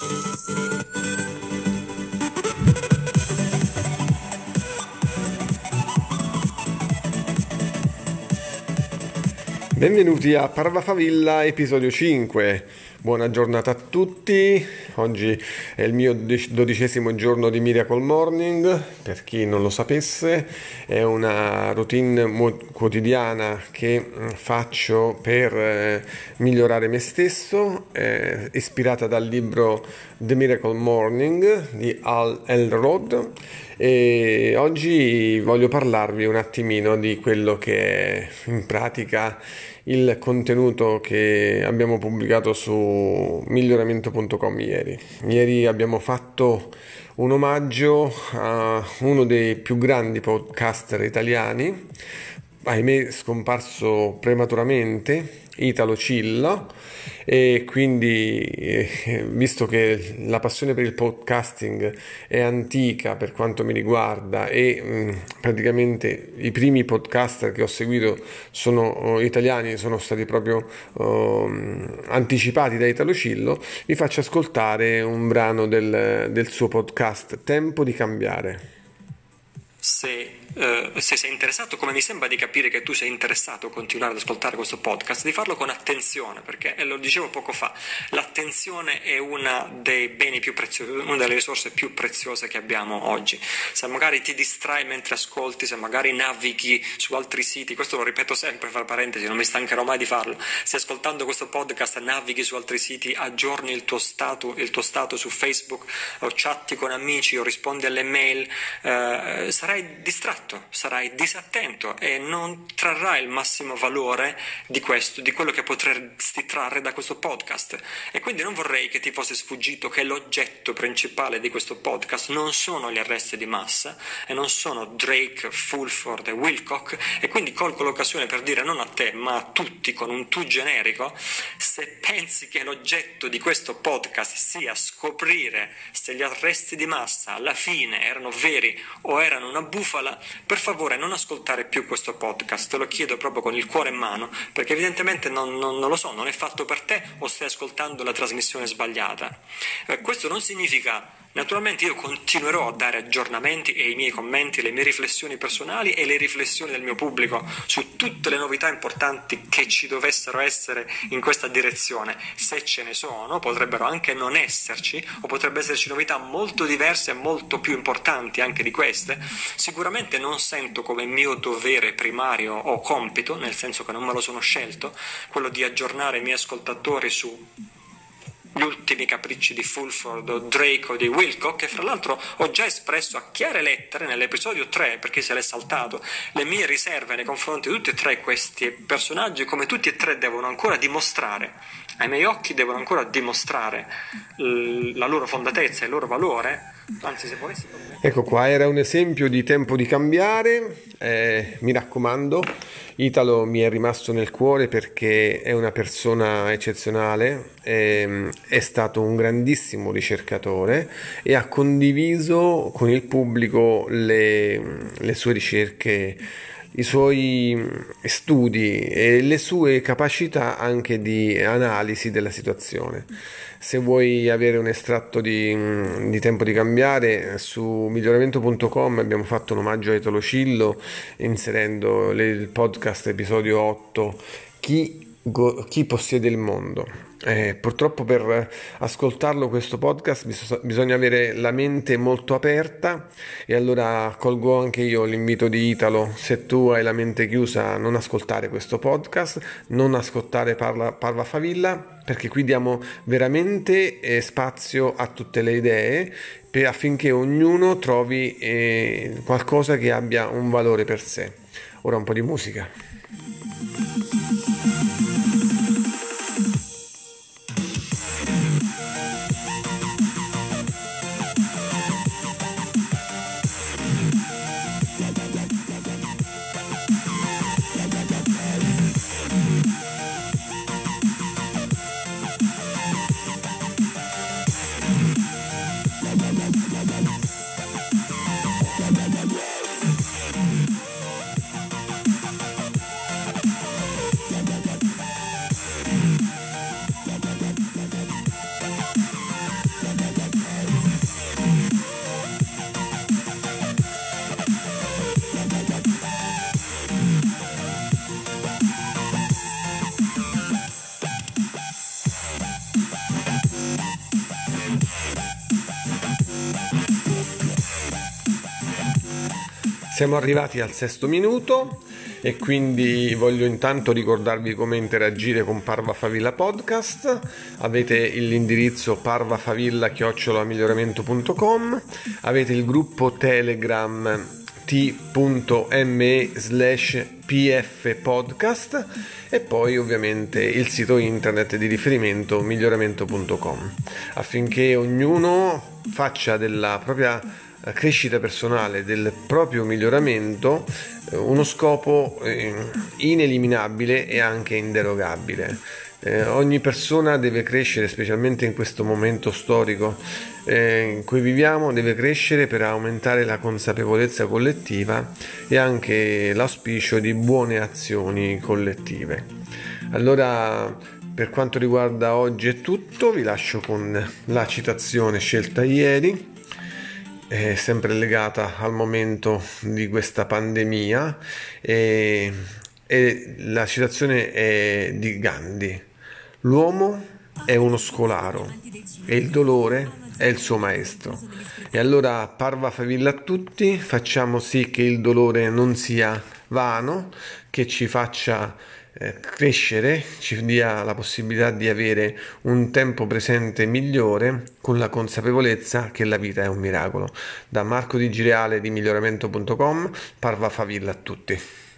Benvenuti a Parvafavilla episodio 5. Buona giornata a tutti. Oggi è il mio 12° giorno di Miracle Morning. Per chi non lo sapesse, è una routine quotidiana che faccio per migliorare me stesso, ispirata dal libro The Miracle Morning di Hal Elrod. E oggi voglio parlarvi un attimino di quello che è in pratica il contenuto che abbiamo pubblicato su miglioramento.com ieri. Ieri abbiamo fatto un omaggio a uno dei più grandi podcaster italiani, ahimè scomparso prematuramente, Italo Cilla, e quindi visto che la passione per il podcasting è antica per quanto mi riguarda e praticamente i primi podcaster che ho seguito sono italiani, sono stati proprio anticipati da Italo Cilla, vi faccio ascoltare un brano del suo podcast Tempo di cambiare. Se sei interessato, come mi sembra di capire che tu sei interessato a continuare ad ascoltare questo podcast, di farlo con attenzione, perché lo dicevo poco fa, l'attenzione è una dei beni più preziosi, una delle risorse più preziose che abbiamo oggi. Se magari ti distrai mentre ascolti, se magari navighi su altri siti, questo lo ripeto sempre, fra parentesi, non mi stancherò mai di farlo, se ascoltando questo podcast navighi su altri siti, aggiorni il tuo stato su Facebook, o chatti con amici o rispondi alle mail, sarai distratto, sarai disattento e non trarrai il massimo valore di quello che potresti trarre da questo podcast. E quindi non vorrei che ti fosse sfuggito che l'oggetto principale di questo podcast non sono gli arresti di massa e non sono Drake, Fulford e Wilcock, e quindi colgo l'occasione per dire non a te ma a tutti con un tu generico: se pensi che l'oggetto di questo podcast sia scoprire se gli arresti di massa alla fine erano veri o erano una bufala, per favore non ascoltare più questo podcast, te lo chiedo proprio con il cuore in mano, perché evidentemente non lo so, non è fatto per te o stai ascoltando la trasmissione sbagliata. Questo non significa, naturalmente io continuerò a dare aggiornamenti e i miei commenti, le mie riflessioni personali e le riflessioni del mio pubblico su tutte le novità importanti che ci dovessero essere in questa direzione. Se ce ne sono, potrebbero anche non esserci, o potrebbe esserci novità molto diverse e molto più importanti anche di queste. Sicuramente non sento come mio dovere primario o compito, nel senso che non me lo sono scelto, quello di aggiornare i miei ascoltatori su gli ultimi capricci di Fulford o Drake o di Wilcock, che fra l'altro ho già espresso a chiare lettere nell'episodio 3, perché se l'è saltato, le mie riserve nei confronti di tutti e tre questi personaggi, come tutti e tre devono ancora dimostrare, ai miei occhi devono ancora dimostrare la loro fondatezza e il loro valore. Anzi, se volessi... Ecco qua, era un esempio di tempo di cambiare. Mi raccomando, Italo mi è rimasto nel cuore perché è una persona eccezionale, è stato un grandissimo ricercatore e ha condiviso con il pubblico le sue ricerche, i suoi studi e le sue capacità anche di analisi della situazione. Se vuoi avere un estratto di tempo di cambiare, su miglioramento.com abbiamo fatto un omaggio a Italo Cilla inserendo il podcast episodio 8, chi possiede il mondo. Purtroppo per ascoltarlo questo podcast bisogna avere la mente molto aperta, e allora colgo anche io l'invito di Italo: se tu hai la mente chiusa, non ascoltare questo podcast, non ascoltare Parvafavilla, perché qui diamo veramente spazio a tutte le idee affinché ognuno trovi qualcosa che abbia un valore per sé. Ora un po' di musica. Siamo arrivati al 6° minuto e quindi voglio intanto ricordarvi come interagire con Parva Favilla Podcast. Avete l'indirizzo parvafavilla@miglioramento.com, avete il gruppo Telegram t.me/pfpodcast e poi ovviamente il sito internet di riferimento miglioramento.com, affinché ognuno faccia della propria crescita personale, del proprio miglioramento, uno scopo ineliminabile e anche inderogabile. Ogni persona deve crescere, specialmente in questo momento storico in cui viviamo, deve crescere per aumentare la consapevolezza collettiva e anche l'auspicio di buone azioni collettive. Allora, per quanto riguarda oggi è tutto, vi lascio con la citazione scelta ieri, sempre legata al momento di questa pandemia, e la citazione è di Gandhi: l'uomo è uno scolaro e il dolore è il suo maestro. E allora, Parva Favilla a tutti, facciamo sì che il dolore non sia vano, che ci faccia crescere, ci dia la possibilità di avere un tempo presente migliore, con la consapevolezza che la vita è un miracolo. Da Marco Di Gireale di miglioramento.com, Parva Favilla a tutti.